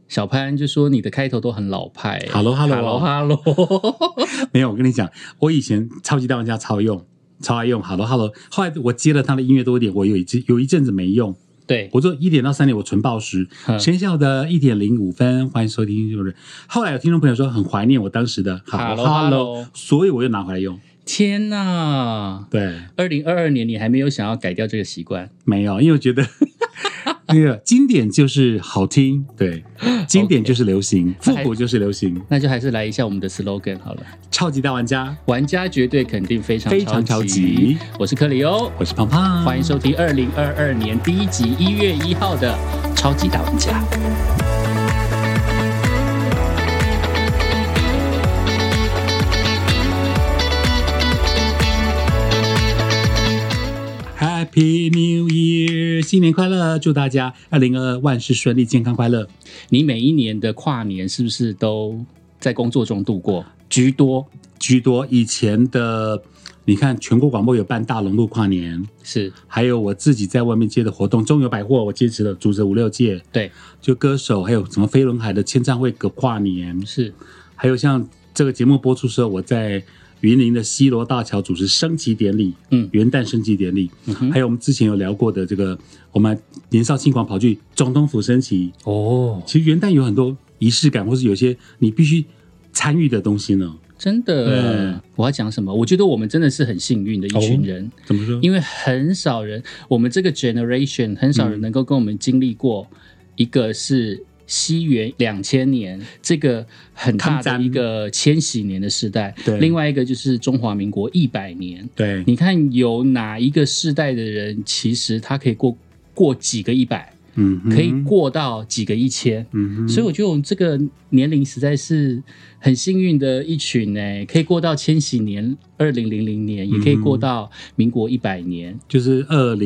小潘就说你的开头都很老派。 Hello， 没有，我跟你讲，我以前超级大玩家超爱用 Hello， 后来我接了他的音乐多一点，我有一阵子没用。 对， 我做1点到3点我纯报时，学校的1点05分，欢迎收听，就是后来有听众朋友说很怀念我当时的 Hello， 所以我又拿回来用。 天哪！ 对 ，2022年你还没有想要改掉这个习惯？ 没有，因为我觉得那个经典就是好听，对，经典就是流行，复古就是流行。 那就还是来一下我们的 slogan 好了。 超级大玩家， 玩家绝对肯定非常超级。 我是克里欧， 我是胖胖， 欢迎收听2022年第1集1月1号的超级大玩家。 Happy New Year， 新年快乐！祝大家2022万事顺利，健康快乐。 你每一年的跨年是不是都在工作中度过？居多。 以前的你看，全国广播有办大龙路跨年， 是， 还有我自己在外面接的活动，中友百货我接持了主持5、6届， 对， 就歌手，还有什么飞轮海的签唱会跨年， 是， 还有像这个节目播出时候，我在云林的西螺大桥主持升旗典礼，元旦升旗典礼，还有我们之前有聊过的这个，我们年少轻狂跑去总统府升旗哦。其实元旦有很多仪式感，或是有些你必须参与的东西呢。 真的，我要讲什么？我觉得我们真的是很幸运的一群人。 怎么说？ 因为很少人，我们这个 generation 很少人能够跟我们经历过，一个是西元2000年这个很大的一个千禧年的时代，另外一个就是中华民国100年。 对， 你看有哪一个世代的人，其实他可以过几个100，可以过到几个1000，所以我觉得我们这个年龄实在是很幸运的一群可以过到千禧年2000年，也可以过到民国100年， 就是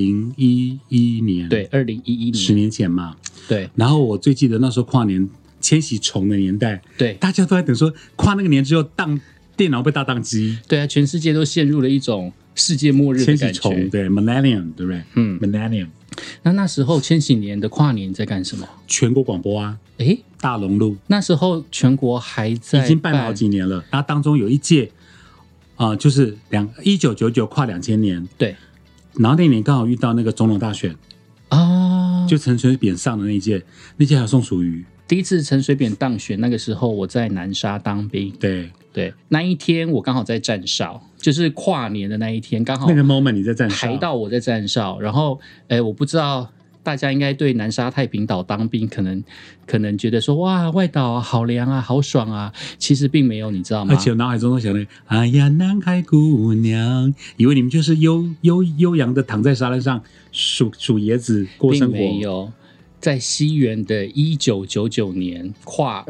2011年， 对，2011年 10年前嘛。 对， 然后我最记得那时候跨年千禧虫的年代， 对， 大家都在等说跨那个年之后电脑被大宕机， 对啊，全世界都陷入了一种世界末日的感觉。 千禧虫，对 ，Millennium， 对不对？Millennium。 那时候千禧年的跨年在干什么？ 全国广播啊，大龙路。那时候全国还在已经办了好几年了，然后当中有一届就是1999跨2000年， 对， 然后那年刚好遇到那个总统大选啊，就陈水扁上的那届还有宋楚瑜。 第一次陈水扁当选，那个时候我在南沙当兵，对，那一天我刚好在站哨，就是跨年的那一天，刚好那个 moment 你在站哨， 排到我在站哨，然后我不知道大家应该对南沙太平岛当兵可能觉得说哇外岛啊好凉啊好爽啊，其实并没有，你知道吗？ 而且我脑海中都想了，哎呀南海姑娘，以为你们就是悠扬的躺在沙滩上数椰子过生活， 并没有。在西元的1999年跨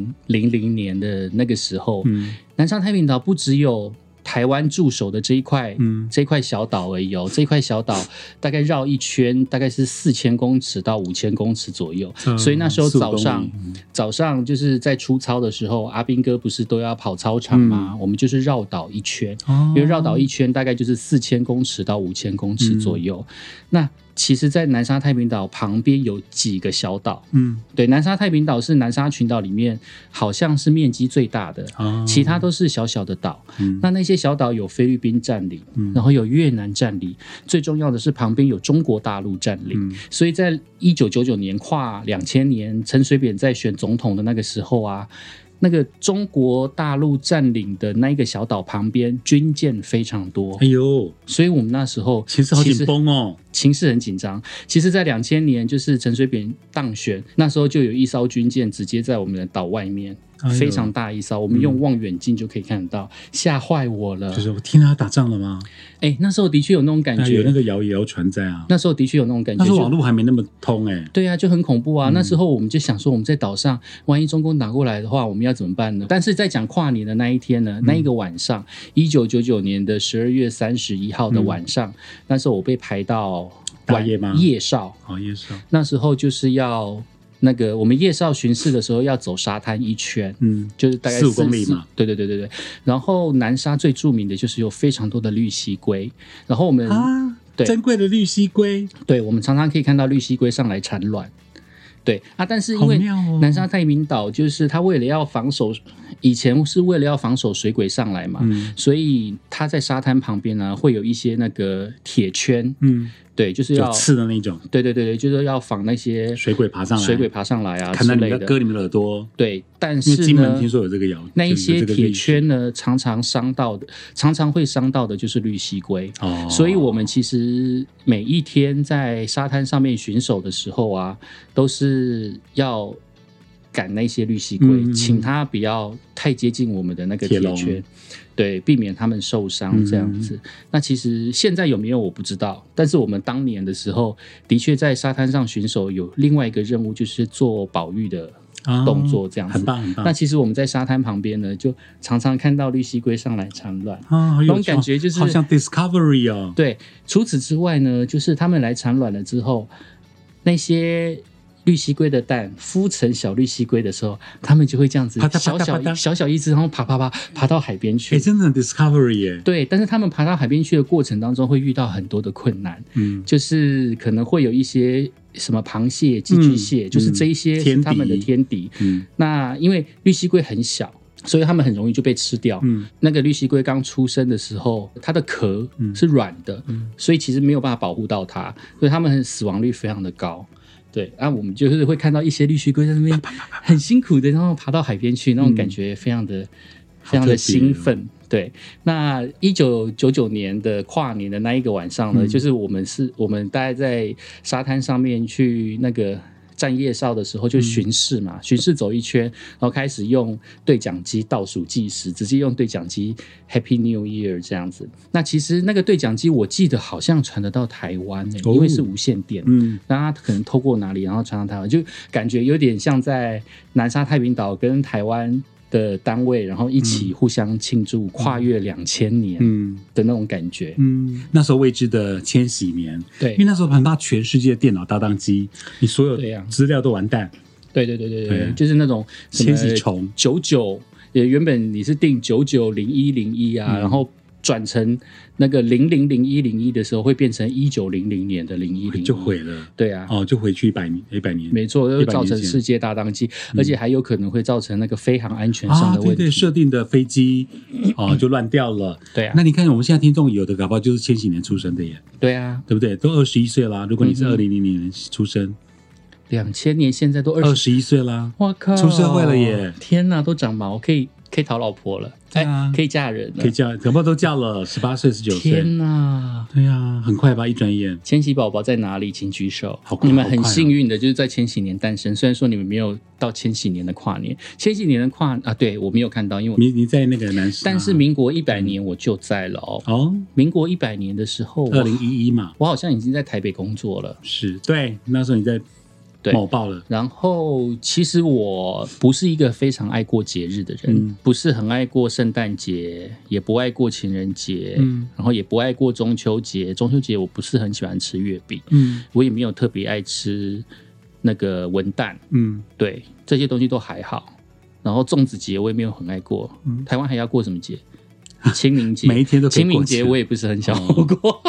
2000年的那个时候，南沙太平岛不只有台湾驻守的这一块小岛而已哦，这一块小岛大概绕一圈大概是4000公尺到5000公尺左右，所以那时候早上就是在出操的时候，阿兵哥不是都要跑操场吗？我们就是绕岛一圈，因为绕岛一圈大概就是4000公尺到5000公尺左右。那其实在南沙太平岛旁边有几个小岛，对，南沙太平岛是南沙群岛里面好像是面积最大的，其他都是小小的岛，那些小岛有菲律宾占领，然后有越南占领，最重要的是旁边有中国大陆占领，所以在1999年跨2000年陈水扁在选总统的那个时候啊，那个中国大陆占领的那一个小岛旁边军舰非常多，哎呦，所以我们那时候情势好紧绷哦， 情势很紧张。其实在2000年就是陈水扁当选，那时候就有一艘军舰直接在我们的岛外面，非常大一艘，我们用望远镜就可以看得到，吓坏我了。 就是我听他打仗了吗？ 那时候的确有那种感觉， 有那个谣传在啊。 那时候的确有那种感觉， 那时候网络还没那么通对啊，就很恐怖啊。那时候我们就想说，我们在岛上，万一中共打过来的话，我们要怎么办呢？但是在讲跨年的那一天呢，那一个晚上，1999年的12月31号的晚上，那时候我被排到大夜吗？ 夜哨， 夜哨。 那时候就是要那个我们夜哨巡视的时候要走沙滩一圈，就是大概 4-5公里嘛。 对。然后南沙最著名的就是有非常多的绿蜥龟，然后我们珍贵的绿蜥龟， 对，我们常常可以看到绿蜥龟上来产卵。 对啊，但是因为南沙太平岛就是它为了要防守，以前是为了要防守水鬼上来嘛，所以它在沙滩旁边呢会有一些那个铁圈，对，就是要有刺的那种， 对，就是要防那些水鬼爬上来啊， 看到你的割你们的耳朵。 对，但是呢， 因为金门听说有这个那一些铁圈呢，常常会伤到的就是绿蜥龟。所以我们其实每一天在沙滩上面巡守的时候啊，都是要赶那些绿蜥龟，请它不要太接近我们的那个铁圈。对，避免他们受伤这样子。那其实现在有没有我不知道，但是我们当年的时候，的确在沙滩上巡守有另外一个任务，就是做保育的动作，这样子， 很棒很棒。 那其实我们在沙滩旁边呢，就常常看到绿蜥龟上来产卵，那种感觉就是好像 Discovery 哦。 对，除此之外呢，就是他们来产卵了之后，那些绿蜥龟的蛋孵成小绿蜥龟的时候，他们就会这样子小小一只，然后爬到海边去。 真的很 Discovery 耶。 对，但是他们爬到海边去的过程当中，会遇到很多的困难。就是可能会有一些什么螃蟹、寄居蟹，就是这一些是他们的天敌。那因为绿蜥龟很小，所以他们很容易就被吃掉。那个绿蜥龟刚出生的时候，它的壳是软的，所以其实没有办法保护到它，所以它们死亡率非常的高。对，我们就是会看到一些绿蜥龟在那边很辛苦的，然后爬到海边去，那种感觉非常的兴奋。对，那1999年的跨年的那一个晚上呢，就是我们大概在沙滩上面去那个站夜哨的时候就巡视嘛，巡视走一圈，然后开始用对讲机倒数计时，直接用对讲机 Happy New Year 这样子。那其实那个对讲机我记得好像传得到台湾因为是无线电，那它可能透过哪里然后传到台湾，就感觉有点像在南沙太平岛跟台湾的单位，然后一起互相庆祝跨越2000年的那种感觉。 那时候未知的千禧年， 对， 因为那时候很怕全世界电脑大宕机，你所有资料都完蛋。 对，就是那种千禧虫 99，原本你是定990101啊，然后转成那个000101的时候，会变成1900年的0101， 就毁了。 对啊， 就回去100年， 没错，就造成世界大宕机，而且还有可能会造成那个飞航安全上的问题。 对，设定的飞机就乱掉了。 对啊， 那你看我们现在听众有的搞不好就是千禧年出生的耶。 对啊， 对不对？都21岁啦。如果你是2000年出生 ，2000年现在都 21岁啦。 哇靠， 出社会了耶！ 天哪，都长毛，可以讨老婆了。可以嫁人了， 可以嫁，搞不好都嫁了18岁、19岁。 天哪！ 对啊，很快吧，一转眼。 千禧宝宝在哪里？请举手。你们很幸运的，就是在千禧年诞生。虽然说你们没有到千禧年的跨年，千禧年的对我没有看到，因为你在那个南沙， 但是民国100年我就在了民国100年的时候 ，2011嘛， 我好像已经在台北工作了。 是，对，那时候你在。某报了。 然后其实我不是一个非常爱过节日的人，不是很爱过圣诞节，也不爱过情人节，然后也不爱过中秋节。中秋节我不是很喜欢吃月饼，我也没有特别爱吃那个文旦，对，这些东西都还好。然后粽子节我也没有很爱过。台湾还要过什么节？清明节， 每一天都可以过。 清明节我也不是很想过。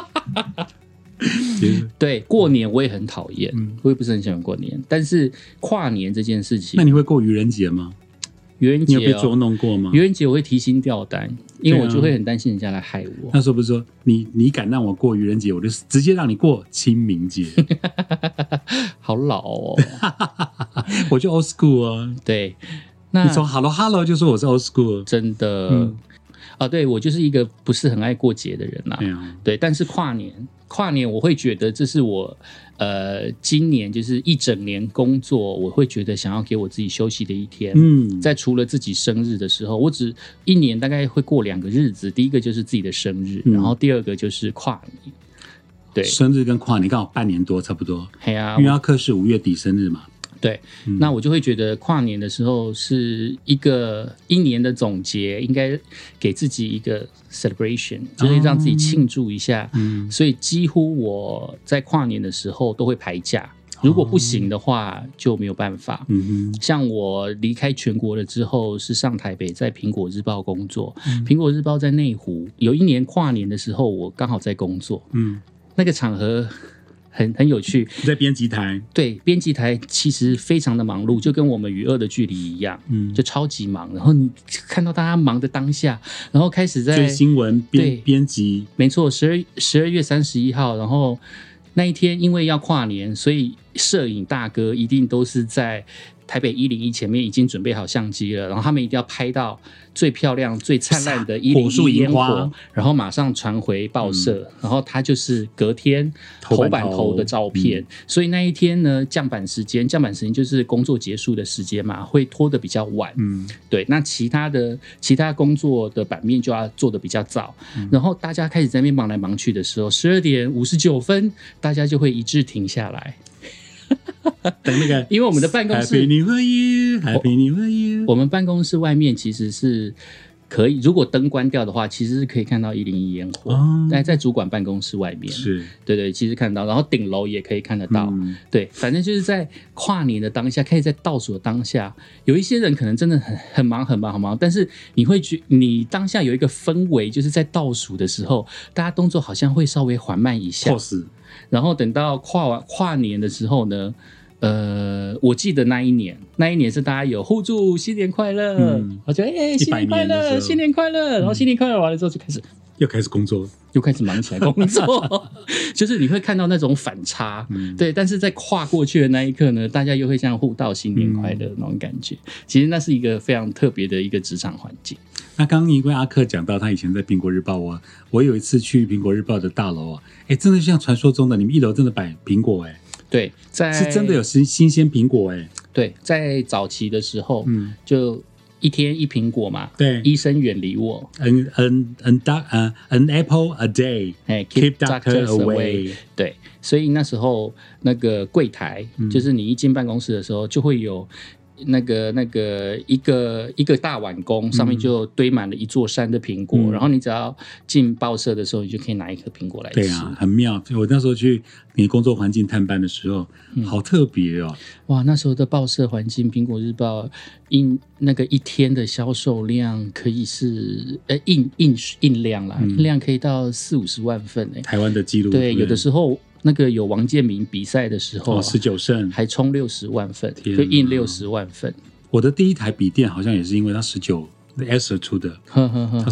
对，过年我也很讨厌，我也不是很喜欢过年。但是跨年这件事情， 那你会过愚人节吗？ 愚人节你有被捉弄过吗？ 愚人节我会提心吊胆，因为我就会很担心人家来害我。 那时候不是说你敢让我过愚人节，我就直接让你过清明节。 好老哦， 我就 old school 啊。 对，那你从 hello 就说我是 old school， 真的。对，我就是一个不是很爱过节的人啦。对，但是跨年我会觉得这是我今年就是一整年工作，我会觉得想要给我自己休息的一天。在除了自己生日的时候，我只一年大概会过2个日子，第一个就是自己的生日，然后第二个就是跨年。对， 生日跟跨年刚好半年多差不多。因为阿克是5月底生日嘛。 对，那我就会觉得跨年的时候是一年的总结，应该给自己一个 celebration， 就是让自己庆祝一下。所以几乎我在跨年的时候都会排假，如果不行的话就没有办法。像我离开全国了之后，是上台北在苹果日报工作。苹果日报在内湖，有一年跨年的时候，我刚好在工作。那个场合很有趣。 在编辑台， 对，编辑台其实非常的忙碌，就跟我们与恶的距离一样，就超级忙。然后你看到大家忙的当下，然后开始在追新闻、编辑， 没错，12月31号，然后那一天因为要跨年，所以摄影大哥一定都是在台北101前面已经准备好相机了，然后他们一定要拍到最漂亮、最灿烂的101烟火，然后马上传回报社，然后它就是隔天头版头的照片。所以那一天呢，降版时间就是工作结束的时间嘛，会拖得比较晚。对，那其他工作的版面就要做得比较早，然后大家开始在那边忙来忙去的时候，12点59分，大家就会一致停下来。 等那个， 因为我们的办公室 Happy New Year，Happy New Year， 我们办公室外面其实是可以，如果灯关掉的话，其实是可以看到101烟火。在主管办公室外面， 是对，其实看到，然后顶楼也可以看得到。对，反正就是在跨年的当下，可以在倒数的当下，有一些人可能真的很忙，但是你会觉你当下有一个氛围，就是在倒数的时候，大家动作好像会稍微缓慢一下。然后等到跨年的时候呢，我记得那一年是大家有互助新年快乐，我就新年快乐，新年快乐，然后新年快乐完了之后就开始工作， 又开始忙起来工作，就是你会看到那种反差，对，但是在跨过去的那一刻呢，大家又会像互道新年快乐那种感觉，其实那是一个非常特别的一个职场环境。 那刚刚因为阿克讲到他以前在苹果日报，我有一次去苹果日报的大楼真的像传说中的，你们1楼真的摆苹果对， 是真的有新鲜苹果对，在早期的时候，就1天1苹果嘛， 对， 医生远离我 ，an apple a day keep doctor away， 对，所以那时候那个柜台，就是你一进办公室的时候，就会有那个一个大碗公，上面就堆满了一座山的苹果，然后你只要进报社的时候，你就可以拿一颗苹果来吃。 对啊，很妙。我那时候去你工作环境探班的时候，好特别哦。 哇，那时候的报社环境，苹果日报那个1天的销售量可以是印量啦，印量可以到40-50万份台湾的记录。 对，有的时候。那个有王建民比赛的时候 ，19胜还冲60万份，就印60万份。 我的第一台笔电好像也是因为它19 Acer 出的，它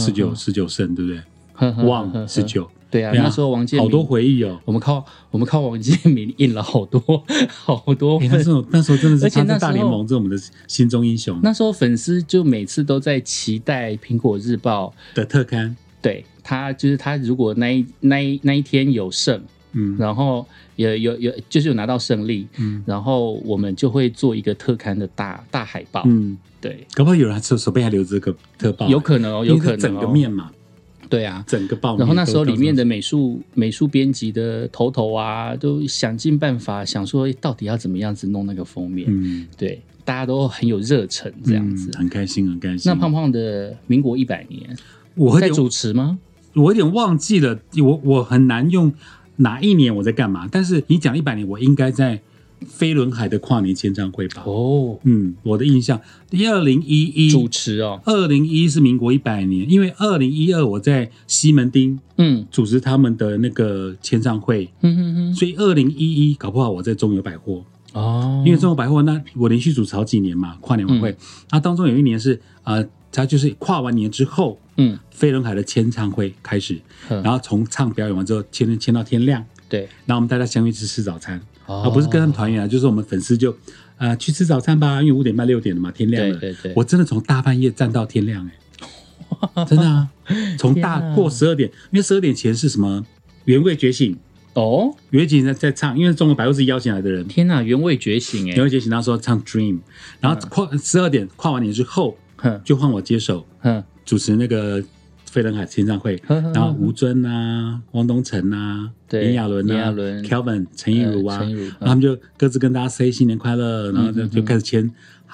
19胜，对不对？旺19， 对啊，那时候王建民好多回忆哦。 我们靠王建民印了好多份。 那时候真的是他是大联盟，这是我们的心中英雄。 那时候粉丝就每次都在期待苹果日报的特刊， 对他如果那一天有胜。然后就是有拿到胜利，然后我们就会做一个特刊的大海报，对， 搞不好有人手边还留着这个特报， 有可能有可能整个面嘛， 对啊， 整个报面。 然后那时候里面的美术编辑的头啊，都想尽办法想说到底要怎么样子弄那个封面，对，大家都很有热忱，这样子， 很开心。 那胖胖的民国100年，我在主持吗？ 我有点忘记了，我很难用。哪一年我在干嘛？但是你讲100年，我应该在飞轮海的跨年签唱会吧？我的印象，2011 主持哦 ，2011是民国100年，因为2012我在西门町主持他们的那个签唱会，所以2011搞不好我在中友百货因为中友百货那我连续主持好几年嘛，跨年晚会，那当中有一年是它就是跨完年之后。飞轮海的签唱会开始，然后从唱表演完之后签到天亮， 对， 然后我们大家相约吃早餐，不是跟他们团圆就是我们粉丝就去吃早餐吧，因为5点半6点了嘛，天亮了， 对， 我真的从大半夜站到天亮真的啊，从过12点，因为12点前是什么原味觉醒原味觉醒在唱，因为中国百货是邀请来的人， 天哪，原味觉醒原味觉醒那时候唱 Dream， 然后12点跨完年之后就换我接手主持那个飞轮海签唱会，然后吴尊啊、汪东城啊、炎亚纶啊、Kelvin、陈亦儒啊，然后他们就各自跟大家 say 新年快乐，然后就开始签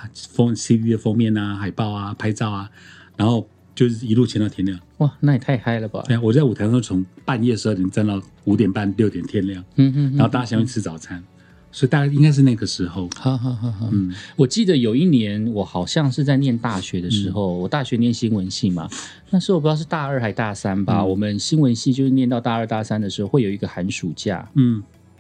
CD 的封面啊、海报啊、拍照啊，然后就是一路签到天亮。 哇，那也太嗨了吧！ 对啊，我在舞台上从半夜12点站到5点半6点天亮，然后大家相约吃早餐。所以大概应该是那个时候。 我记得有一年我好像是在念大学的时候，我大学念新闻系嘛，那时候我不知道是大2还大3吧，我们新闻系就是念到大2大3的时候会有一个寒暑假，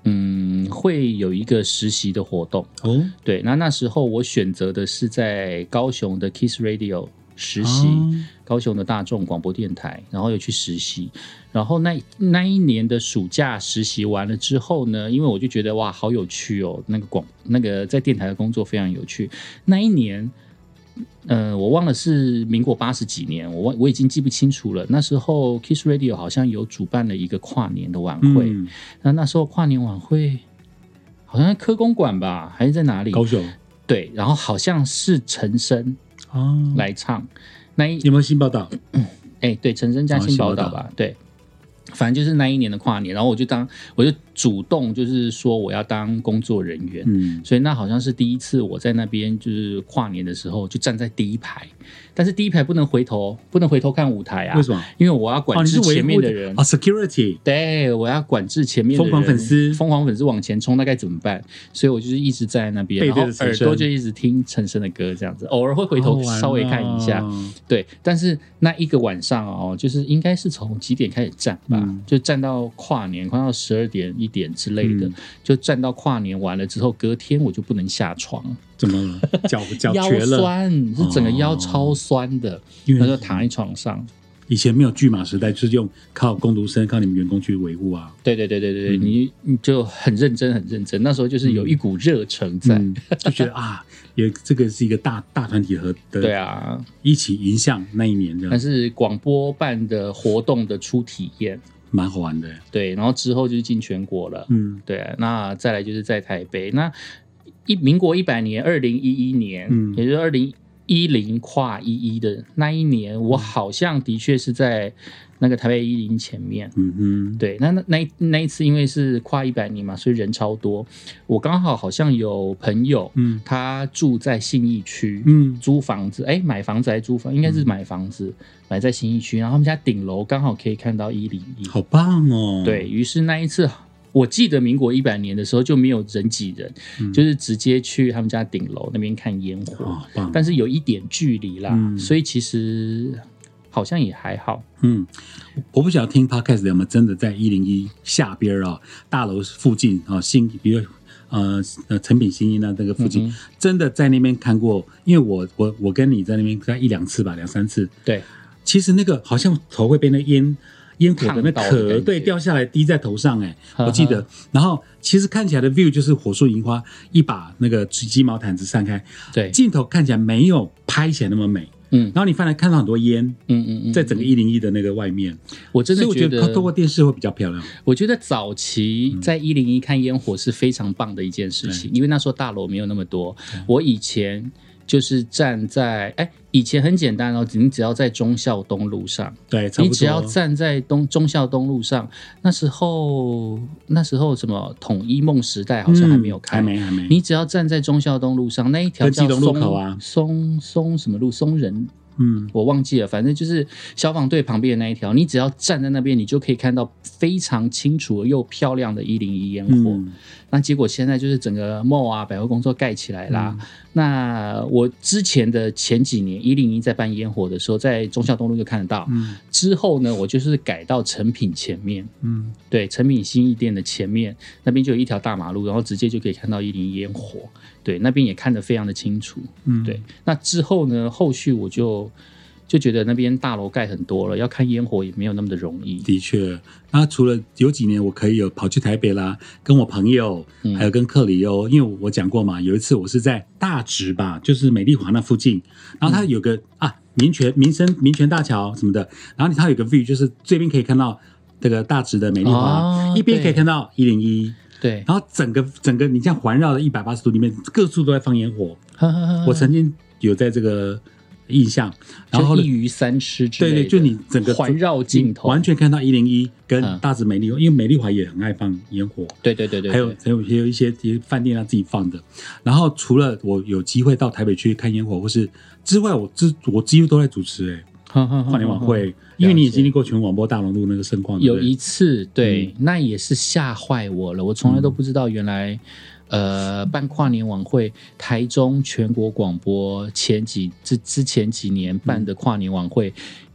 会有一个实习的活动哦。 对，那时候我选择的是在高雄的 Kiss Radio 实习，高雄的大众广播电台，然后有去实习。然后那一年的暑假实习完了之后呢，因为我就觉得哇，好有趣哦，那个在电台的工作非常有趣。那一年，我忘了是民国80几年，我已经记不清楚了。那时候 Kiss Radio 好像有主办了一个跨年的晚会，那时候跨年晚会好像在科公馆吧，还是在哪里？ 高雄。 对，然后好像是陈升来唱。 有没有新报道？ 对，陈升加新报道吧，对。反正就是那一年的跨年，然后我就主动就是说我要当工作人员，所以那好像是第一次我在那边就是跨年的时候就站在第一排，但是第一排不能回头看舞台啊。 为什么？ 因为我要管制前面的人 security。 对，我要管制前面的人，疯狂粉丝往前冲，那该怎么办？所以我就是一直在那边，然后耳朵就一直听陈升的歌，这样子，偶尔会回头稍微看一下。对，但是那一个晚上就是应该是从几点开始站吧，就站到跨年，快到12点1点之类的，就站到跨年完了之后，隔天我就不能下床。 怎么了？脚腰瘸了， 酸，是整个腰超酸的，然后就躺在床上。 以前没有巨马时代，就是靠工读生、靠你们员工去维护啊。 对，你就很认真，那时候就是有一股热忱在， 就觉得也这个是一个大团体的， 对啊， 一起迎向那一年这样。 但是广播办的活动的初体验。 蛮好玩的。 对，然后之后就是进全国了。对，那再来就是在台北。那民国100年，2011年，也就是2010跨11的那一年，我好像的确是在那个台北110前面。对，那一次因为是跨100年嘛，所以人超多。我刚好像有朋友，他住在信义区，租房子，买房子还是租房？应该是买房子，买在信义区，然后他们家顶楼刚好可以看到101， 好棒哦！ 对，于是那一次。我记得民国100年的时候就没有人挤人，就是直接去他们家顶楼那边看烟火，但是有一点距离啦，所以其实好像也还好。 我不晓得听 podcast 有没有真的在101下边大楼附近比如诚品新一那个附近，真的在那边看过，因为我跟你在那边在1-2次吧，2-3次。对，其实那个好像头会被那烟火的那壳掉下来滴在头上我记得。然后其实看起来的 view 就是火树银花，一把那个鸡毛毯子散开，对，镜头看起来没有拍起来那么美。然后你反而看到很多烟，在整个101的那个外面，我真的觉得透过电视会比较漂亮。 我觉得早期在101看烟火是非常棒的一件事情，因为那时候大楼没有那么多。我以前就是站在以前很简单你只要在忠孝东路上，对，你只要站在忠孝东路上，那时候什么统一梦时代好像还没有开，还没，你只要站在忠孝东路上那一条叫松什么路，松仁。我忘记了，反正就是消防队旁边的那一条，你只要站在那边，你就可以看到非常清楚又漂亮的101烟火。那结果现在就是整个 mall 百货公司盖起来啦。那我之前的前几年101在办烟火的时候，在忠孝东路就看得到。之后呢，我就是改到诚品前面。对，诚品新义店的前面那边就有一条大马路，然后直接就可以看到101烟火。对，那边也看得非常的清楚。对，那之后呢，后续我就觉得那边大楼盖很多了，要看烟火也没有那么的容易。 的确，那除了有几年我可以有跑去台北啦，跟我朋友，还有跟克里欧，因为我讲过嘛，有一次我是在大直吧，就是美丽华那附近，然后它有个民权大桥什么的，然后它有个 view， 就是这边可以看到这个大直的美丽华，一边可以看到101。对，然后整个你这样环绕的180度里面，各处都在放烟火。我曾经有在这个印象，然后就一鱼三吃之类的， 对，就你整个环绕镜头完全看到101跟大直美丽华，因为美丽华也很爱放烟火。对，还有一些饭店自己放的。然后除了我有机会到台北去看烟火，或是之外，我几乎都在主持跨年晚会，因为你也经历过全广播大熔炉那个盛况。 有一次，对，那也是吓坏我了。我从来都不知道，原来办跨年晚会，台中全国广播之前几年办的跨年晚会，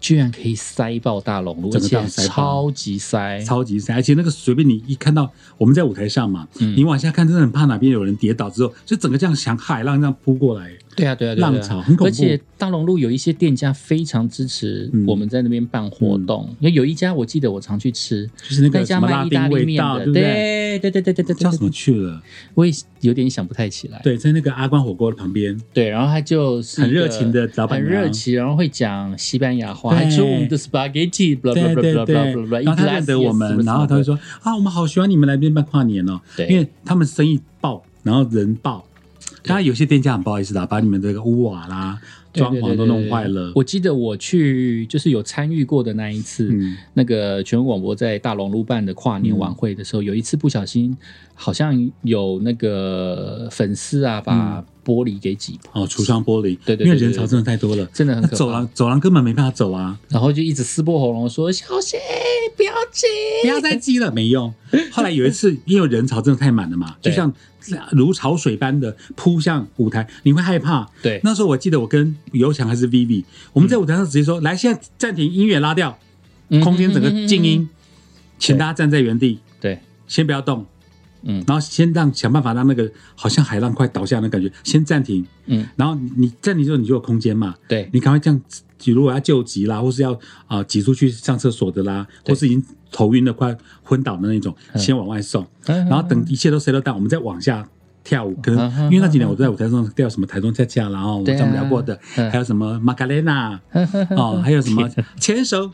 居然可以塞爆大龙路，而且超级塞， 而且那个随便你一看到我们在舞台上嘛，你往下看真的很怕哪边有人跌倒之后，就整个这样像海浪这样扑过来。 对啊， 浪潮很恐怖。 而且大龙路有一些店家非常支持我们在那边办活动，有一家我记得我常去吃， 就是那个家卖意大利面的，对， 叫什么去了？ 我也有点想不太起来。 对，在那个阿关火锅的旁边。 对，然后他就是很热情的老板娘， 很热情，然后会讲西班牙话，还说我们的 spaghetti， 对，然后他认得我们，然后他就说啊，我们好喜欢你们来这边办跨年哦，因为他们生意爆，然后人爆。当然有些店家很不好意思啦，把你们这个屋瓦啦、装潢都弄坏了。 我记得我去就是有参与过的那一次，那个全国广播在大龙路办的跨年晚会的时候，有一次不小心好像有那个粉丝啊把玻璃给挤破， 橱窗玻璃， 对， 因为人潮真的太多了， 真的很可怕。 走廊根本没办法走啊， 然后就一直撕破喉咙说小心不要挤， 不要再挤了，没用。后来有一次因为人潮真的太满了嘛，就像如潮水般的扑向舞台，你会害怕。 对， 那时候我记得我跟尤强还是 Vivi， 我们在舞台上直接说，来，现在暂停，音乐拉掉，空间整个静音，请大家站在原地， 对，先不要动。然后先想办法让那个好像海浪快倒下的感觉先暂停，然后你暂停之后你就有空间嘛， 对， 你赶快这样，如果要救急啦，或是要挤出去上厕所的啦，或是已经头晕的快昏倒的那种，先往外送，然后等一切都 settle down，我们再往下跳舞。可能因为那几年我在舞台上跳什么台中恰恰，然后我们聊过的，还有什么玛卡莲娜，还有什么牵手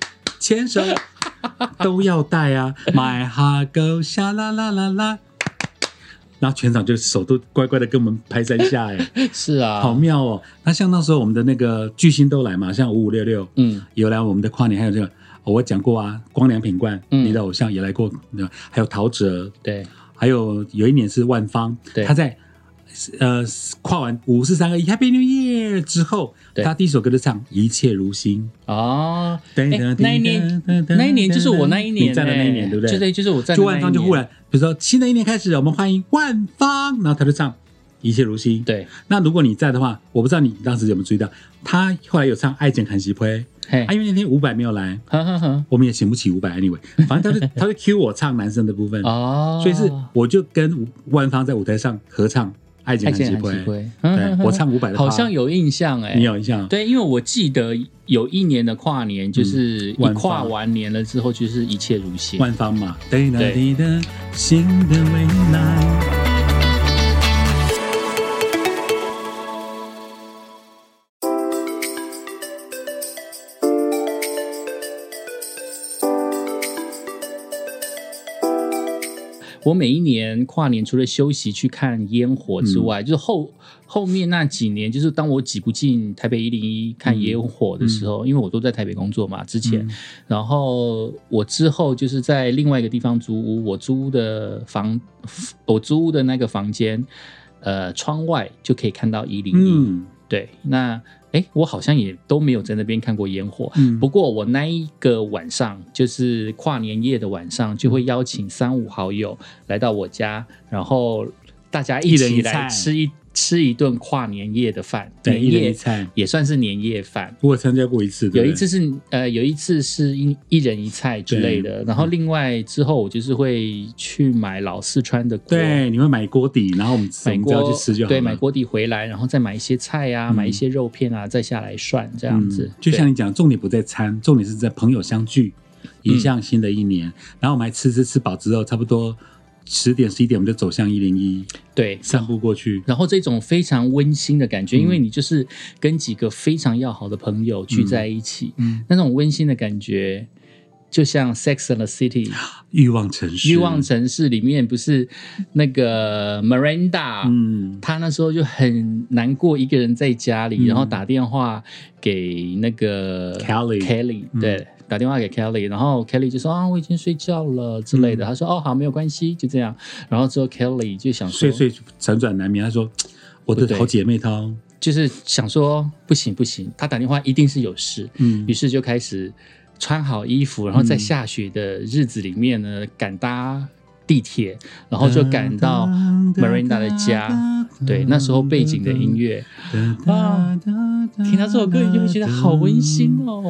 都要带啊 ，My heart goes 沙啦啦啦啦。然后全场就手都乖乖的跟我们拍3下， 是啊， 好妙哦。那像那时候我们的那个巨星都来嘛，像5566，有来我们的跨年，还有这个我讲过啊，光良品冠，你的偶像也来过，还有陶喆， 对， 还有一年是万芳，他在跨完5、4、3、2、1 Happy New Year 之后，他第一首歌就唱《一切如新》 哦。那一年就是我那一年， 你在的那一年对不对？ 对，就是我在。 就万芳就忽然，比如说新的一年开始，我们欢迎万芳，然后他就唱《一切如新》。 对， 那如果你在的话，我不知道你当时有没有注意到，他后来有唱《爱剪看西推》。因为那天500没有来，我们也请不起500 anyway， 反正他就 cue 我唱男生的部分，所以是我就跟万芳在舞台上合唱。爱剪韩西推，对，我唱500的， 好像有印象你有印象？ 对，因为我记得有一年的跨年，就是一跨完年了之后，就是一切如新， 万芳嘛，对的，新的未来。 我每一年跨年除了休息去看烟火之外，就是后面那几年，就是当我挤不进台北101看烟火的时候，因为我都在台北工作嘛，之前，然后我之后就是在另外一个地方租屋，我租的那个房间，窗外就可以看到101，对，那。我好像也都没有在那边看过烟火，不过我那一个晚上就是跨年夜的晚上，就会邀请3、5好友来到我家，然后大家一起来吃一顿跨年夜的饭， 对，一人一菜也算是年夜饭。 我参加过一次， 有一次是一人一菜之类的，然后另外之后我就是会去买老四川的锅， 对，你会买锅底，然后我们只要去吃就好了。 对，买锅底回来，然后再买一些菜啊，买一些肉片啊，再下来涮这样子。 就像你讲，重点不在餐，重点是在朋友相聚，迎向新的一年。然后我们还吃饱之后，差不多10点11点我们就走向101， 对， 散步过去， 然后这种非常温馨的感觉，因为你就是跟几个非常要好的朋友聚在一起，那种温馨的感觉，就像 Sex and the City 欲望城市里面不是那个 Miranda，她那时候就很难过，一个人在家里，然后打电话给那个 Kelly， 对。打电话给 Kelly， 然后 Kelly 就说我已经睡觉了之类的。他说好，没有关系，就这样。然后之后 Kelly 就想说睡辗转难眠，他说我的好姐妹她就是想说不行，他打电话一定是有事。于是就开始穿好衣服，然后在下雪的日子里面呢，赶搭地铁，然后就赶到 Miranda 的家。对，那时候背景的音乐听到这首歌你就会觉得好温馨哦。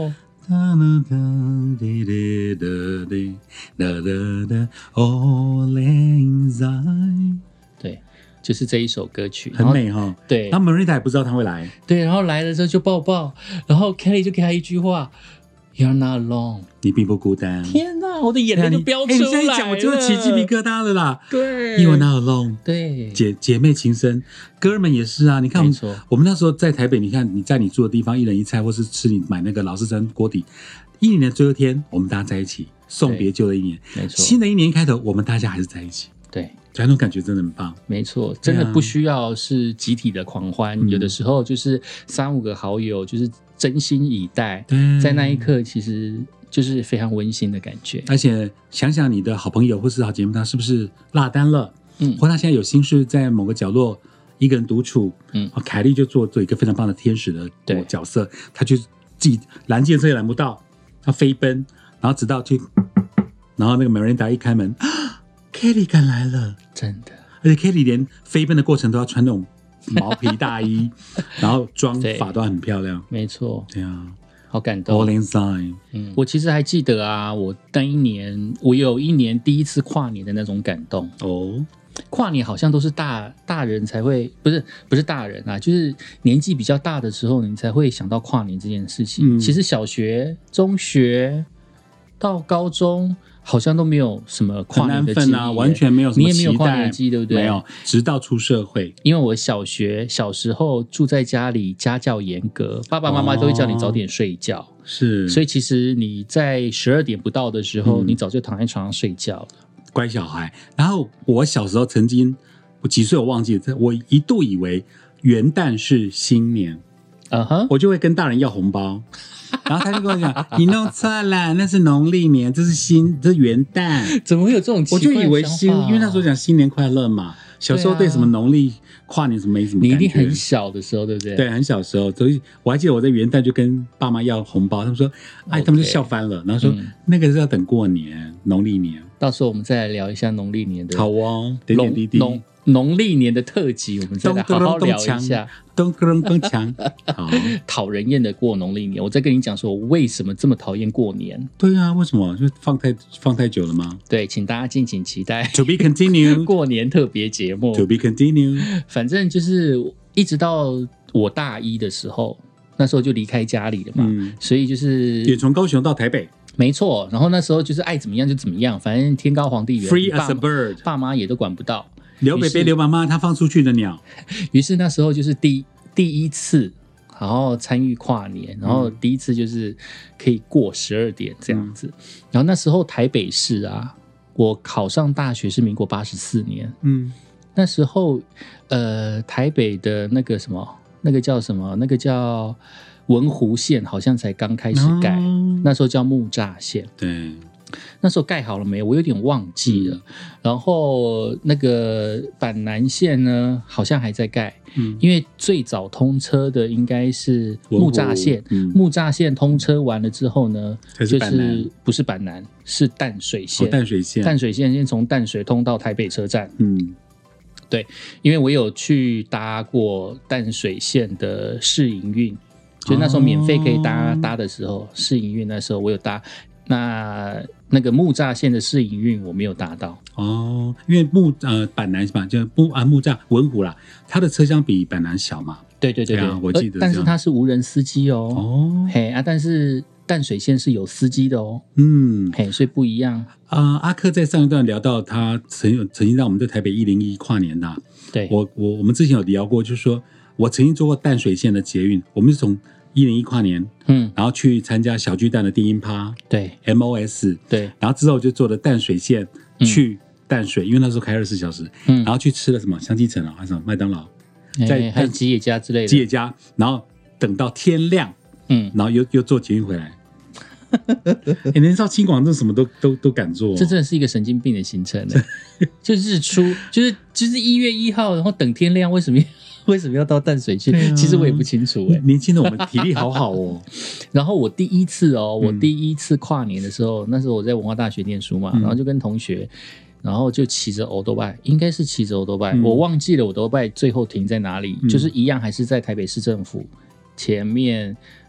对，就是这一首歌曲， 很美哈。对，然后 Marita 也不知道他会来， 对，然后来的时候就抱抱，然后 Kelly 就给他一句话 ，You're not alone， 你并不孤单。 天哪，我的眼泪都飙出来了。 你现在讲，我就起鸡皮疙瘩了啦。 对 ，You're not alone， 对， 姐妹情深，哥们也是啊。你看我们那时候在台北，你看你在你住的地方，一人一菜，或是吃你买那个老式蒸锅底，一年的最后一天，我们大家在一起送别旧的一年， 没错。 新的一年开头，我们大家还是在一起。 对， 那种感觉真的很棒。 没错，真的不需要是集体的狂欢，有的时候就是3-5个好友，就是真心以待，在那一刻其实就是非常温馨的感觉。 而且想想你的好朋友或是好姐妹，他是不是落单了？或他现在有心事，在某个角落一个人独处。凯莉就做一个非常棒的天使的角色，他就自己拦计程车也拦不到，他飞奔，然后直到去，然后那个 Miranda 一开门。Kelly 赶来了， 真的， 而且 Kelly 连飞奔的过程都要穿那种毛皮大衣，然后妆发都很漂亮， 没错， 对啊， 好感动。 All inside， 我其实还记得啊，我那一年，我有一年第一次跨年的那种感动哦。跨年好像都是大人才会，不是大人啊，就是年纪比较大的时候，你才会想到跨年这件事情。其实小学、中学到高中。好像都没有什么跨年的记忆啊， 完全没有什么期待， 你也没有跨年记忆，对不对？ 没有，直到出社会。 因为我小时候住在家里，家教严格，爸爸妈妈都会叫你早点睡觉， 是， 所以其实你在12点不到的时候，你早就躺在床上睡觉了， 乖小孩。然后我小时候曾经，我几岁我忘记了，我一度以为元旦是新年，我就会跟大人要红包。然后他就跟我讲：“你弄错了，那是农历年，这是元旦。” 怎么会有这种奇怪的想法？ 我就以为因为那时候讲新年快乐嘛。小时候对什么农历跨年什么没什么感觉。 你一定很小的时候，对不对？ 对，很小的时候，所以我还记得我在元旦就跟爸妈要红包，他们说：“哎，他们就笑翻了。”然后说：“那个是要等过年，农历年。” 到时候我们再来聊一下农历年的。 好哦，点点滴滴。 农历年的特辑，我们再来好好聊一下。 咚咚咚锵，好讨人厌的过农历年。我再跟你讲说，我为什么这么讨厌过年？ 对啊，为什么？就放太久了吗？ 对，请大家敬请期待 To be continued 过年特别节目 To be continued。 反正就是一直到我大一的时候，那时候就离开家里了嘛，所以就是也从高雄到台北。 没错，然后那时候就是爱怎么样就怎么样，反正天高皇帝远 ，Free as a bird， 爸妈也都管不到。 刘北北、刘妈妈，他放出去的鸟。 于是那时候就是第一次，然后参与跨年，然后第一次就是可以过12点这样子。然后那时候台北市啊，我考上大学是民国84年，那时候台北的那个什么，那个叫什么，那个叫文湖线，好像才刚开始盖，那时候叫木栅线， 对。 那时候盖好了没有？我有点忘记了。然后那个板南线呢，好像还在盖。因为最早通车的应该是木栅线。木栅线通车完了之后呢，就是不是板南，是淡水线。淡水线先从淡水通到台北车站。对，因为我有去搭过淡水线的试营运，就那时候免费可以搭的时候，试营运那时候我有搭。那个木栅线的试营运我没有搭到哦，因为板南是吧？就木栅文湖啦，它的车厢比板南小嘛。 对， 我记得。 但是它是无人司机哦。但是淡水线是有司机的哦。所以不一样。 阿克在上一段聊到他曾经让我们在台北101跨年的。 对， 我们之前有聊过，就是说我曾经坐过淡水线的捷运，我们是从101跨年，然后去参加小巨蛋的低音趴， 对 ，MOS， 对， 然后之后就坐的淡水线去淡水，因为那时候开24小时，然后去吃了什么香鸡城还是什么麦当劳， 还有吉野家之类的， 吉野家，然后等到天亮，然后又坐捷运回来。年少轻狂，这什么都敢做， 这真的是一个神经病的行程呢。就日出，就是1月1号，然后等天亮，为什么要到淡水去？其实我也不清楚。 年轻的我们体力好好哦。 然后我第一次跨年的时候，那时候我在文化大学念书嘛，然后就跟同学，然后就骑着欧多拜，应该是骑着欧多拜，我忘记了欧多拜最后停在哪里，就是一样还是在台北市政府前面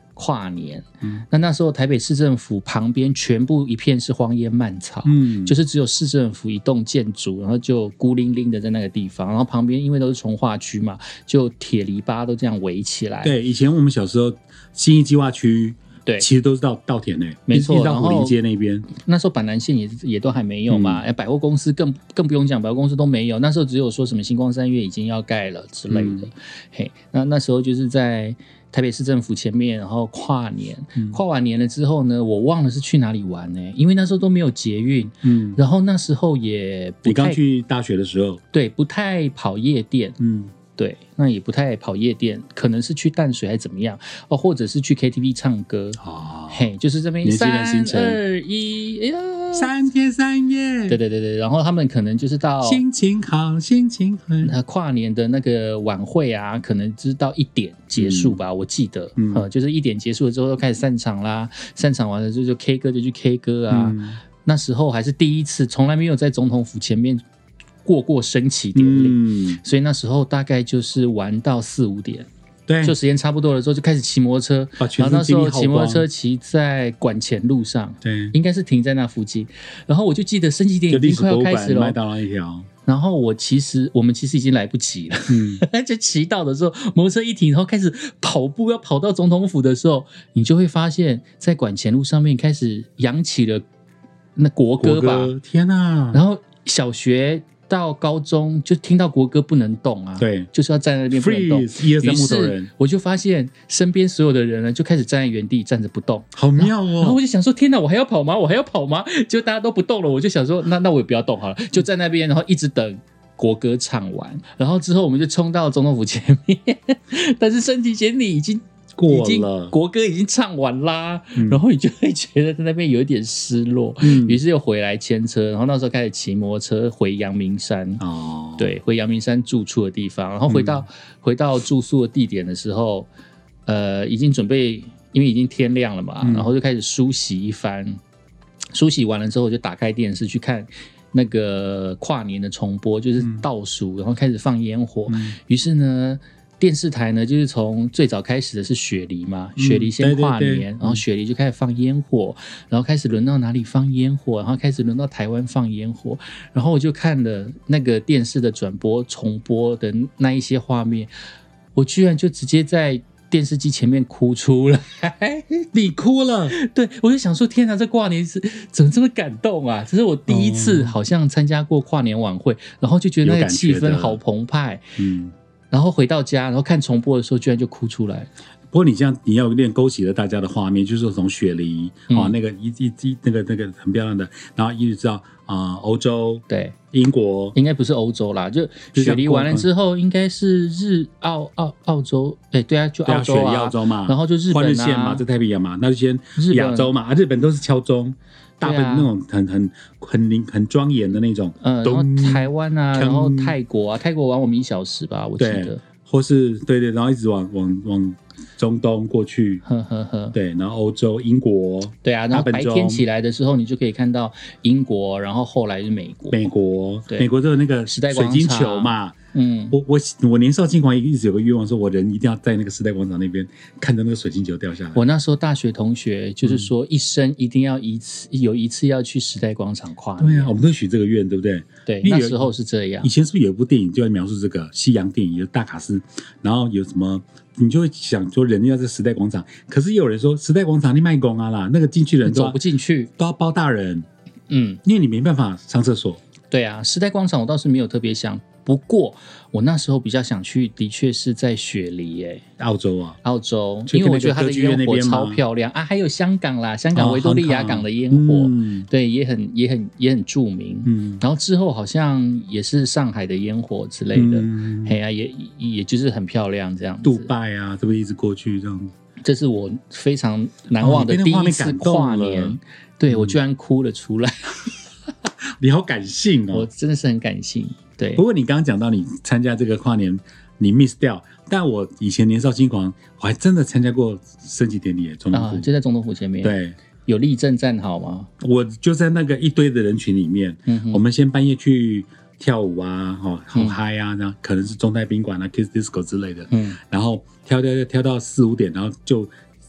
跨年，那时候台北市政府旁边全部一片是荒烟蔓草，就是只有市政府一栋建筑，然后就孤零零的在那个地方，然后旁边因为都是重划区嘛，就铁篱笆都这样围起来。 对，以前我们小时候信义计划区。 对， 其实都是稻田诶， 没错， 到虎林街那边。 那时候板南线也都还没有嘛，百货公司更不用讲，百货公司都没有。那时候只有说什么星光三月已经要盖了之类的。嘿，那时候就是在台北市政府前面，然后跨年，跨完年了之后呢，我忘了是去哪里玩呢？因为那时候都没有捷运，然后那时候也不太， 你刚去大学的时候， 对，不太跑夜店，对，那也不太跑夜店，可能是去淡水还是怎么样哦，或者是去 KTV 唱歌嘿，就是这边3、2、1，哎呀 ，3天3夜， 对，然后他们可能就是到心情好，心情好， 跨年的那个晚会啊，可能就是到1点结束吧，我记得，就是1点结束了之后都开始散场啦，散场完了就 K 歌就去 K 歌啊，那时候还是第一次，从来没有在总统府前面过升旗典礼，所以那时候大概就是玩到4、5点，对，就时间差不多了之后就开始骑摩托车，然后那时候骑摩托车骑在馆前路上，对，应该是停在那附近，然后我就记得升旗典礼已经快要开始了， 麦当劳一条。 然后我们其实已经来不及了，就骑到的时候，摩托车一停，然后开始跑步，要跑到总统府的时候，你就会发现，在馆前路上面开始扬起了那国歌吧， 天哪！ 然后小学到高中就听到国歌不能动啊， 对， 就是要站在那边不能动。 1、2、3木头人， 我就发现身边所有的人呢，就开始站在原地站着不动， 好妙哦。 然后我就想说，天哪，我还要跑吗？就大家都不动了，我就想说，那我也不要动好了，就在那边，然后一直等国歌唱完，然后之后我们就冲到总统府前面，但是升旗典礼已经过了，国歌已经唱完啦，然后你就会觉得在那边有一点失落，于是又回来牵车，然后那时候开始骑摩托车回阳明山，对，回阳明山住处的地方，然后回到住宿的地点的时候，已经准备，因为已经天亮了嘛，然后就开始梳洗一番，梳洗完了之后我就打开电视去看那个跨年的重播，就是倒数，然后开始放烟火，于是呢。电视台呢，就是从最早开始的是雪梨嘛，雪梨先跨年，然后雪梨就开始放烟火，然后开始轮到哪里放烟火，然后开始轮到台湾放烟火，然后我就看了那个电视的转播重播的那一些画面，我居然就直接在电视机前面哭出来。 你哭了？ 对，我就想说，天哪，这跨年是怎么这么感动啊？这是我第一次好像参加过跨年晚会，然后就觉得那个气氛好澎湃，然后回到家，然后看重播的时候，居然就哭出来。 不过你这样，你要有点勾起了大家的画面，就是从雪梨那个那个很漂亮的，然后一直到欧洲， 对， 英国， 应该不是欧洲啦，就雪梨完了之后，应该是澳洲，对啊，就澳洲雪梨澳洲嘛， 然后就日本换日线嘛，在太平洋嘛，那就先亚洲嘛，日本都是敲钟。大部分那种很庄严的那种， 然后台湾啊，然后泰国玩我们1小时吧，我记得， 或是对，然后一直往中东过去，对，然后欧洲、英国，对啊， 然后白天起来的时候，你就可以看到英国，然后后来是美国都有那个水晶球嘛。我年少轻狂一直有个愿望，说我人一定要在那个时代广场那边看着那个水晶球掉下来。 我那时候大学同学就是说，一生一定要有一次要去时代广场跨年。 对啊，我们都许这个愿，对不对？ 对，那时候是这样。 以前是不是有一部电影就要描述这个西洋电影，有大卡司，然后有什么，你就会想说人要在时代广场，可是也有人说时代广场你卖公啊啦，那个进去的人走不进去， 都要包大人，因为你没办法上厕所。 对啊，时代广场我倒是没有特别想。不过我那时候比较想去，的确是在雪梨澳洲， 因为我觉得它的烟火超漂亮啊，还有香港啦，香港维多利亚港的烟火，对，也很著名。然后之后好像也是上海的烟火之类的，嘿啊，也就是很漂亮这样子。 杜拜啊，这不一直过去这样子。 这是我非常难忘的第一次跨年，对我居然哭了出来。 你好感性哦， 我真的是很感性。对， 不过你刚刚讲到你参加这个跨年，你 miss 掉，但我以前年少轻狂，我还真的参加过升旗典礼，总统府就在总统府前面。 对， 有立正站好吗？ 我就在那个一堆的人群里面，我们先半夜去跳舞啊，好嗨啊，然后可能是中泰宾馆啊 ，Kiss Disco 之类的，然后跳到4、5点，然后就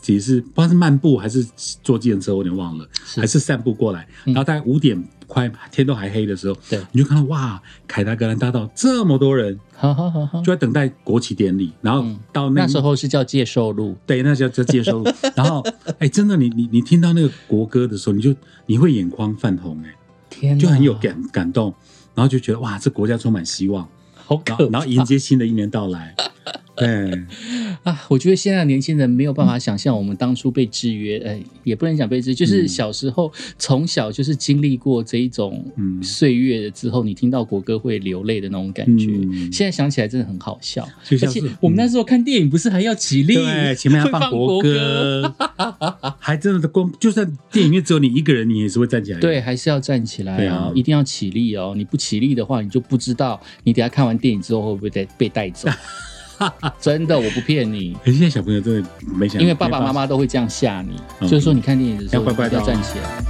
也是不知道是漫步还是坐计程车，我有点忘了，还是散步过来。然后大概5点快天都还黑的时候， 对， 你就看到哇，凯达格兰大道这么多人，就在等待国旗典礼。然后到那时候是叫介寿路， 对，那叫介寿路。然后真的你听到那个国歌的时候，你会眼眶泛红， 天哪， 就很有感动，然后就觉得哇，这国家充满希望， 好可怕， 然后迎接新的一年到来。对我觉得现在的年轻人没有办法想象我们当初被制约，也不能讲被制约，就是小时候从小就是经历过这一种岁月之后，你听到国歌会流泪的那种感觉。现在想起来真的很好笑，而且我们那时候看电影不是还要起立， 对，前面要放国歌，还真的就算电影院只有你一个人，你也是会站起来的。 对，还是要站起来啊，一定要起立哦！你不起立的话，你就不知道你等一下看完电影之后会不会被带走。真的，我不骗你。 现在小朋友真的没想， 因为爸爸妈妈都会这样吓你，就是说你看电影的时候要站起来。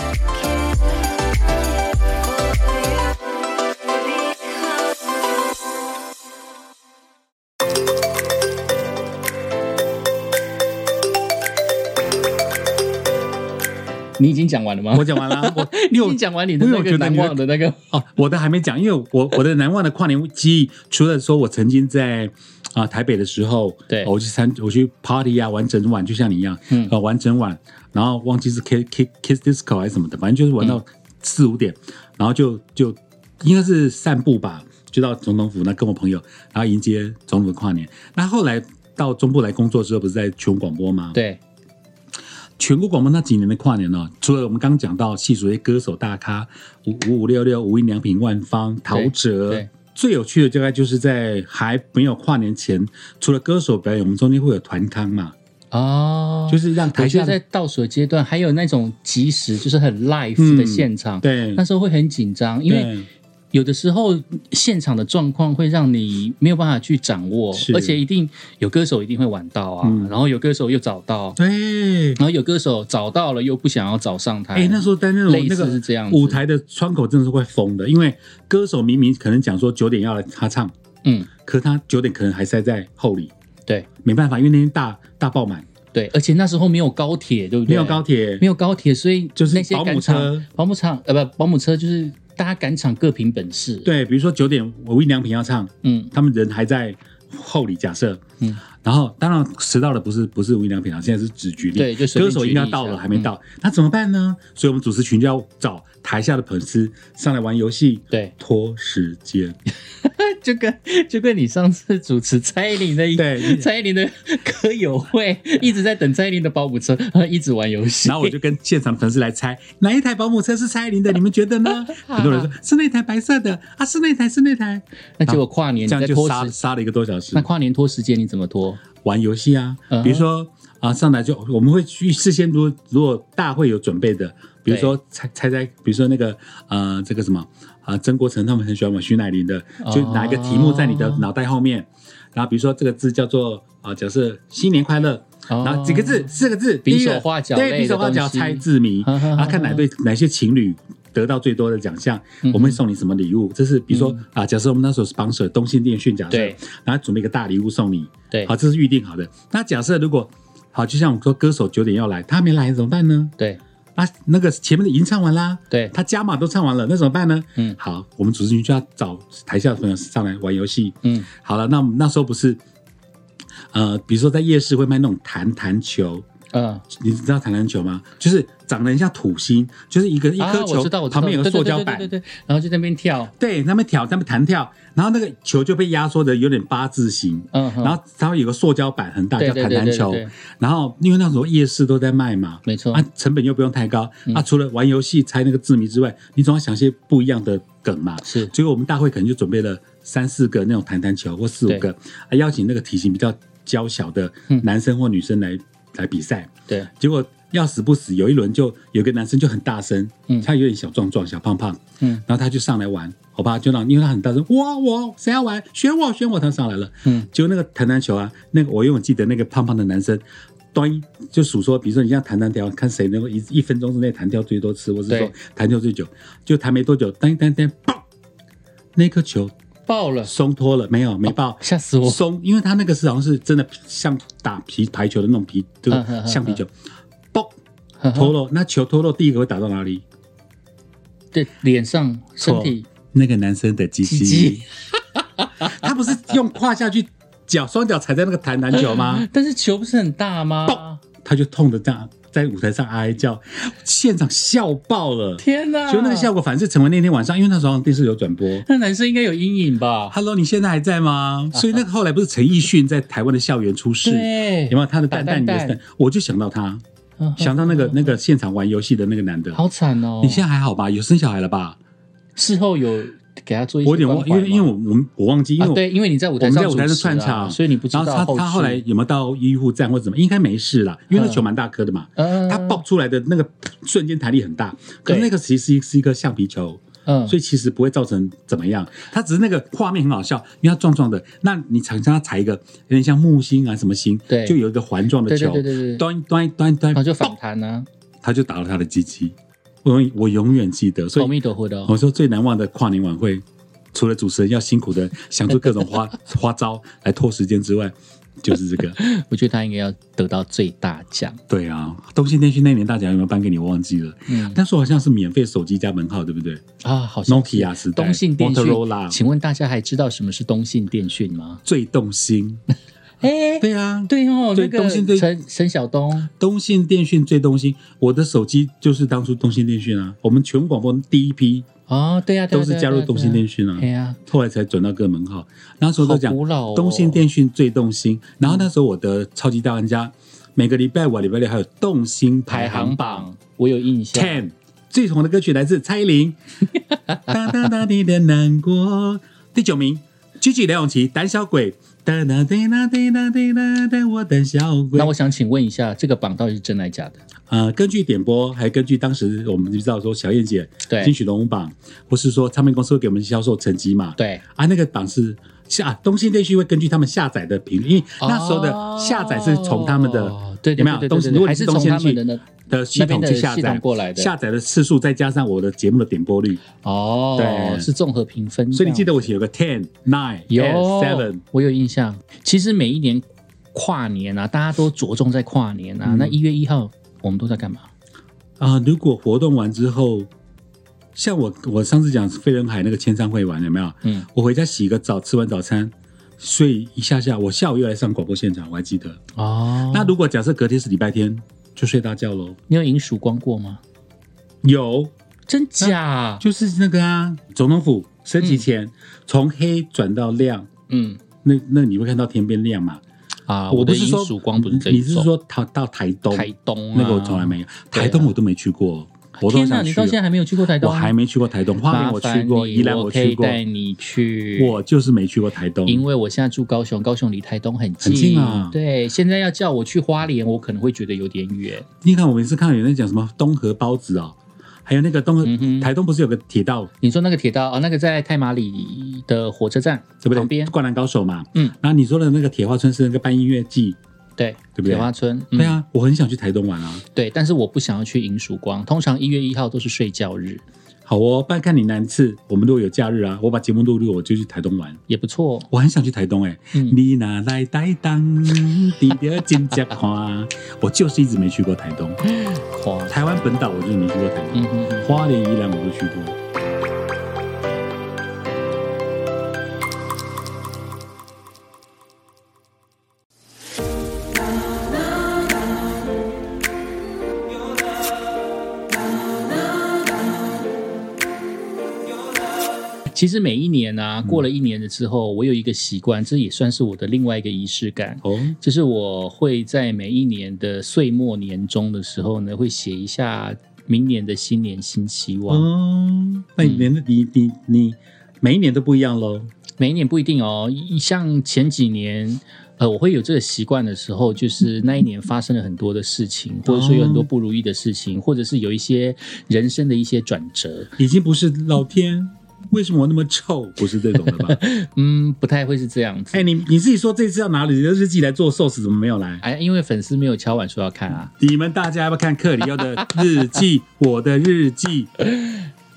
你已经讲完了吗？ 我讲完了， 你已经讲完你的那个难忘的那个我的还没讲，因为我的难忘的跨年记忆，除了说我曾经在台北的时候， 对， 我去 party 啊，玩整晚，就像你一样，玩整晚，然后忘记是 kiss disco 还是什么的，反正就是玩到4、5点，然后就应该是散步吧，就到总统府那跟我朋友，然后迎接总统府跨年。那后来到中部来工作之后，不是在全国广播吗？ 对。 全国广播那几年的跨年呢，除了我们刚刚讲到细数一些歌手大咖，5566、无印良品、万芳、陶喆，最有趣的大概就是在还没有跨年前，除了歌手表演，我们中间会有团康嘛。就是让台下在倒数的阶段，还有那种即时就是很 live 的现场， 对， 那时候会很紧张，因为有的时候现场的状况会让你没有办法去掌握，而且一定有歌手一定会晚到啊，然后有歌手又早到， 对， 然后有歌手早到了又不想要早上台。 那时候在那种类似是这样子， 舞台的窗口真的是会疯的，因为歌手明明可能讲说9点要来他唱，可他9点可能还塞在后里， 对， 没办法，因为那天大爆满。 对，而且那时候没有高铁，对不对？ 没有高铁， 所以就是那些保姆车就是大家赶场各凭本事。 对，比如说9点无印良品要唱，他们人还在后里，假设，然后当然迟到的不是无印良品啊，现在是只举例， 对，就歌手应该到了还没到，那怎么办呢？所以我们主持群就要找台下的粉丝上来玩游戏， 对， 拖时间。 就跟你上次主持蔡依林的蔡依林的歌友会，一直在等蔡依林的保姆车，一直玩游戏。 然后我就跟现场粉丝来猜哪一台保姆车是蔡依林的，你们觉得呢？很多人说是那台白色的啊，是那台。 那结果跨年这样就杀了1个多小时。 那跨年拖时间你怎么拖？ 玩游戏啊，比如说上来就我们会去事先如果大会有准备的，比如说猜，比如说那个这个什么曾国成他们很喜欢玩徐乃麟的，就拿一个题目在你的脑袋后面，然后比如说这个字叫做假设新年快乐，然后几个字4个字， 比手画脚， 对，比手画脚猜字谜，然后看哪些情侣得到最多的奖项，我们会送你什么礼物？这是比如说假设我们那时候 sponsor 东信电讯，假设然后准备一个大礼物送你， 对， 好，这是预定好的。那假设如果好，就像我们说歌手9点要来，他没来怎么办呢？ 对。 那个前面的已经唱完啦， 对， 他加码都唱完了，那怎么办呢？好，我们主持人就要找台下的朋友上来玩游戏。好了，那我们那时候不是比如说在夜市会卖那种弹球，你知道弹球吗？就是长得很像土星，就是一颗球，旁边有个塑胶板， 对，然后就在那边跳， 对，那边弹跳，然后那个球就被压缩的有点8字形，然后它会有个塑胶板很大，叫弹球。然后因为那时候夜市都在卖嘛， 没错， 成本又不用太高，除了玩游戏猜那个字谜之外，你总要想些不一样的梗嘛。 是， 结果我们大会可能就准备了3、4个那种弹球或4、5个，邀请那个体型比较娇小的男生或女生来比赛。 对， 结果要死不死，有一轮就有个男生就很大声，他有点小壮壮、小胖胖，然后他就上来玩，好吧，就因为他很大声，我谁要玩？选我，他上来了，结果那个弹球啊，那个我永远记得那个胖胖的男生。端就数说，比如说你这样弹跳，看谁能够1分钟之内弹跳最多次，或是说弹跳最久，就弹没多久，当，砰，那颗球爆了， 松脱了，没爆， 吓死我！ 松，因为它那个是好像是真的像打排球的那种皮，这个橡皮球，爆脱落。那球脱落第一个会打到哪里？ 对，脸上、身体。 那个男生的鸡鸡，他不是用胯下去双脚踩在那个弹篮球吗？ 但是球不是很大吗？ 他就痛的这样在舞台上哀叫，现场笑爆了！ 天哪！ 就那个效果，反正成为那天晚上，因为那时候电视有转播， 那男生应该有阴影吧 ？Hello， 你现在还在吗？所以那个后来不是陈奕迅在台湾的校园出事， 对， 有没有他的蛋蛋也是？我就想到他，想到那个现场玩游戏的那个男的， 好惨哦！ 你现在还好吧？有生小孩了吧？ 事后有给他做一些， 我有点忘，因为我忘记，因为对，因为你在舞台上串场， 所以你不知道。 然后他后来有没有到医护站或者怎么？应该没事啦，因为那球蛮大颗的嘛，他爆出来的那个瞬间弹力很大，可是那个其实是一个橡皮球，所以其实不会造成怎么样。他只是那个画面很好笑，因为他壮壮的，那你常常踩一个有点像木星啊什么星， 对， 就有一个环状的球，端， 然后就反弹啊， 他就打了他的鸡鸡。我永远记得，所以我说最难忘的跨年晚会，除了主持人要辛苦的想出各种花招来拖时间之外，就是这个。 我觉得他应该要得到最大奖。 对啊，东信电讯那年大奖有没有颁给你？我忘记了。但是好像是免费手机加门号，对不对？ 啊，好像是 Nokia 时代， 东信电讯。 Motorola， 请问大家还知道什么是东信电讯吗？ 最动心。对啊， 对哦，那个东信对陈晓东， 东信电讯最动心。我的手机就是当初东信电讯啊，我们全广播第一批对啊， 都是加入东信电讯啊， 对啊， 后来才转到各门号。那时候都讲东信电讯最动心，然后那时候我的超级大玩家每个礼拜五、礼拜六还有动心排行榜， 我有印象。 10最红的歌曲来自蔡依林，哒哒哒滴的难过。第9名，Gigi 梁咏琪，胆小鬼。哒哒哒哒哒哒哒，我的小鬼。 那我想请问一下，这个榜到底是真还是假的？根据点播，还根据当时我们就知道说小燕姐金曲龙虎榜，或是说唱片公司会给我们销售成绩嘛？ 对啊，那个榜是东信电讯会根据他们下载的频率，因为那时候的下载是从他们的有没有东西？如果你是东信电讯的系统去下载过来的， 下载的次数再加上我的节目的点播率， 对，是综合评分。 所以你记得我有个 10、9、7， 我有印象。其实每一年跨年啊，大家都着重在跨年啊。那1月1号我们都在干嘛如果活动完之后，像我上次讲飞人海那个签唱会完有没有？我回家洗个澡，吃完早餐。睡一下下，我下午又来上广播现场，我还记得。那如果假设隔天是礼拜天，就睡大觉喽。 你有迎曙光过吗？ 有， 真假？ 就是那个总统府升旗前，从黑转到亮。那你会看到天边亮嘛？ 我不是说迎曙光不是这一种， 你是说到台东？ 台东那个我从来没有，台东我都没去过。 天哪，你到现在还没有去过台东？ 我还没去过台东，花莲我去过，宜兰我去过， 我可以带你去。 我就是没去过台东， 因为我现在住高雄，高雄离台东很近啊。 对，现在要叫我去花莲，我可能会觉得有点远。 你看，我每次看到有人讲什么东河包子哦，还有那个台东不是有个铁道？ 你说那个铁道那个在太马里的火车站对不对？旁边灌篮高手嘛。然后你说的那个铁花村是那个办音乐季。 对不对？ 铁花村， 对啊，我很想去台东玩啊。 对，但是我不想要去迎曙光。通常1月1号都是睡觉日。 好哦，不然看你哪次，我们如果有假日啊，我把节目录，我就去台东玩， 也不错。 我很想去台东你拿来带当地的金家花，我就是一直没去过台东。台湾本岛我就是没去过台东，花莲、宜兰我都去过。 其实每一年啊，过了1年了之后，我有一个习惯，这也算是我的另外一个仪式感。就是我会在每一年的岁末年终的时候呢，会写一下明年的新年新希望。 那你每一年都不一样咯？ 每一年不一定哦。像前几年，我会有这个习惯的时候，就是那一年发生了很多的事情，或者说有很多不如意的事情，或者是有一些人生的一些转折， 已经不是老天。为什么我那么臭？不是这种的吧？ 不太会是这样子。 你自己说这次要拿你的日记来做寿司，怎么没有来？ 因为粉丝没有敲碗说要看啊。 你们大家要不要看克里欧的日记？我的日记。 对，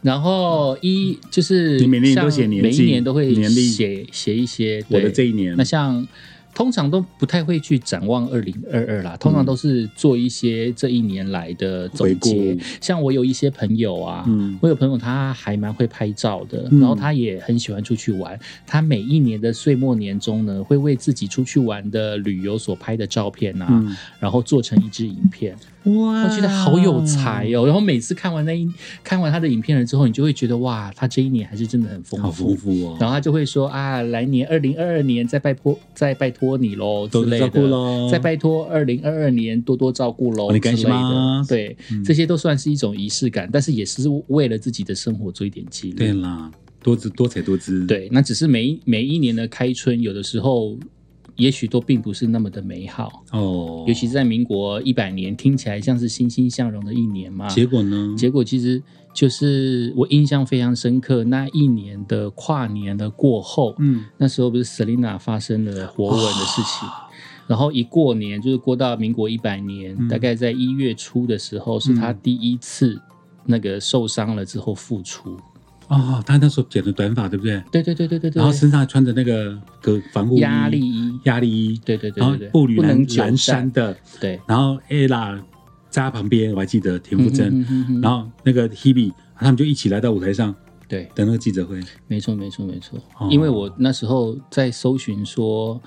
然后就是你每年都写年纪， 每一年都会写一些我的这一年。 那像通常都不太会去展望2022啦，通常都是做一些这一年来的总结。像我有一些朋友啊，我有朋友他还蛮会拍照的，然后他也很喜欢出去玩。他每一年的岁末年终呢，会为自己出去玩的旅游所拍的照片啊，然后做成一支影片。哇，我觉得好有才哦！然后每次看完他的影片了之后，你就会觉得哇，他这一年还是真的很丰富， 好丰富哦。 然后他就会说啊，来年2022年再拜托你喽之类的，再拜托2022年多多照顾喽之类的。对，这些都算是一种仪式感，但是也是为了自己的生活做一点记录。 对啦，多彩多姿。 对，那只是每一年的开春，有的时候也许都并不是那么的美好哦，尤其是在民国100年，听起来像是欣欣向荣的一年嘛。 结果呢？ 结果其实就是我印象非常深刻，那一年的跨年的过后，那时候不是 Selina 发生了活吻的事情，然后一过年就是过到民国100年，大概在1月初的时候，是他第一次那个受伤了之后复出。 哦，他那时候剪了短发，对不对？ 对。然后身上还穿着那个防护衣、压力衣， 对。 然后步履蹒跚的， 对。 然后 Ella 在他旁边，我还记得田馥甄，然后那个 Hebe 他们就一起来到舞台上， 对， 等那个记者会。 没错。因为我那时候在搜寻说，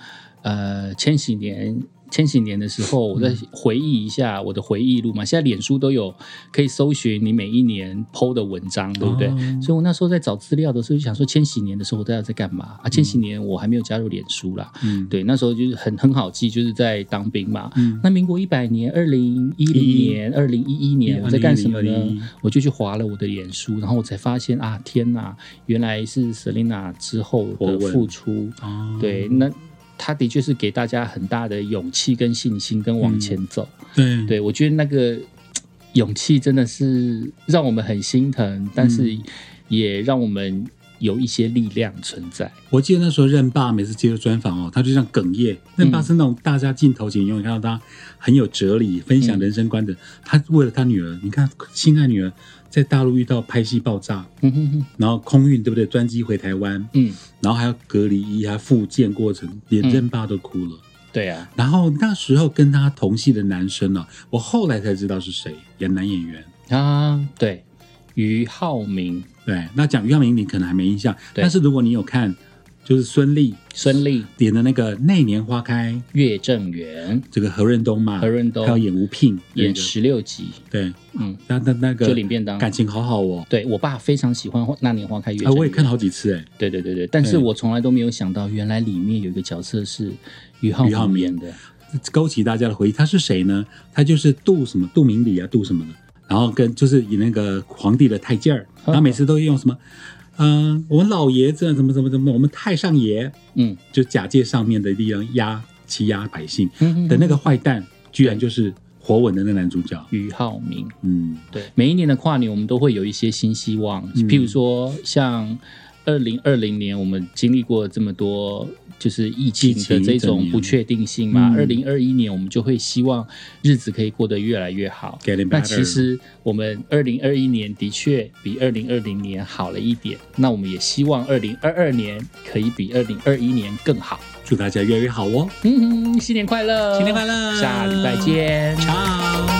千禧年的时候，我在回忆一下我的回忆录嘛。现在脸书都有可以搜寻你每一年 po 的文章，对不对？所以我那时候在找资料的时候就想说，千禧年的时候我在干嘛啊？千禧年我还没有加入脸书啦。对，那时候就是很好记，就是在当兵嘛。那民国100年，2010年、2011年我在干什么呢？我就去滑了我的脸书，然后我才发现啊，天哪，原来是 Selina 之后的复出。对，那他的确是给大家很大的勇气跟信心跟往前走。对，我觉得那个勇气真的是让我们很心疼，但是也让我们有一些力量存在。 我记得那时候任爸每次接受专访哦，他就像哽咽。任爸是那种大家镜头前永远看到他很有哲理、分享人生观的。他为了他女儿，你看心爱女儿在大陆遇到拍戏爆炸，然后空运对不对？专机回台湾，然后还要隔离衣，还复健过程，连任爸都哭了。 对啊， 然后那时候跟他同戏的男生呢，我后来才知道是谁，男演员啊，对，俞灏明。 对，那讲俞灏明你可能还没印象，但是如果你有看，就是孙俪演的那个《那年花开》， 岳正元， 这个何润东嘛， 还有演吴聘， 演16集。 对，那个就领便当， 感情好好哦。 对，我爸非常喜欢《那年花开》岳正元， 我也看了好几次哎。 对，但是我从来都没有想到，原来里面有一个角色是俞灏明演的， 勾起大家的回忆。他是谁呢？他就是杜明礼啊，杜什么的。然后就是以那个皇帝的太监儿，然后每次都用什么，我们老爷子怎么，我们太上爷，就假借上面的力量欺压百姓的那个坏蛋，居然就是活吻的那男主角俞灏明。对，每一年的跨年我们都会有一些新希望，譬如说像2020年我们经历过这么多就是疫情的这种不确定性嘛，2021年我们就会希望日子可以过得越来越好。那其实我们2021年的确比2020年好了一点，那我们也希望2022年可以比2021年更好。 祝大家越来越好哦！ 新年快乐！ 新年快乐！ 下礼拜见， ciao。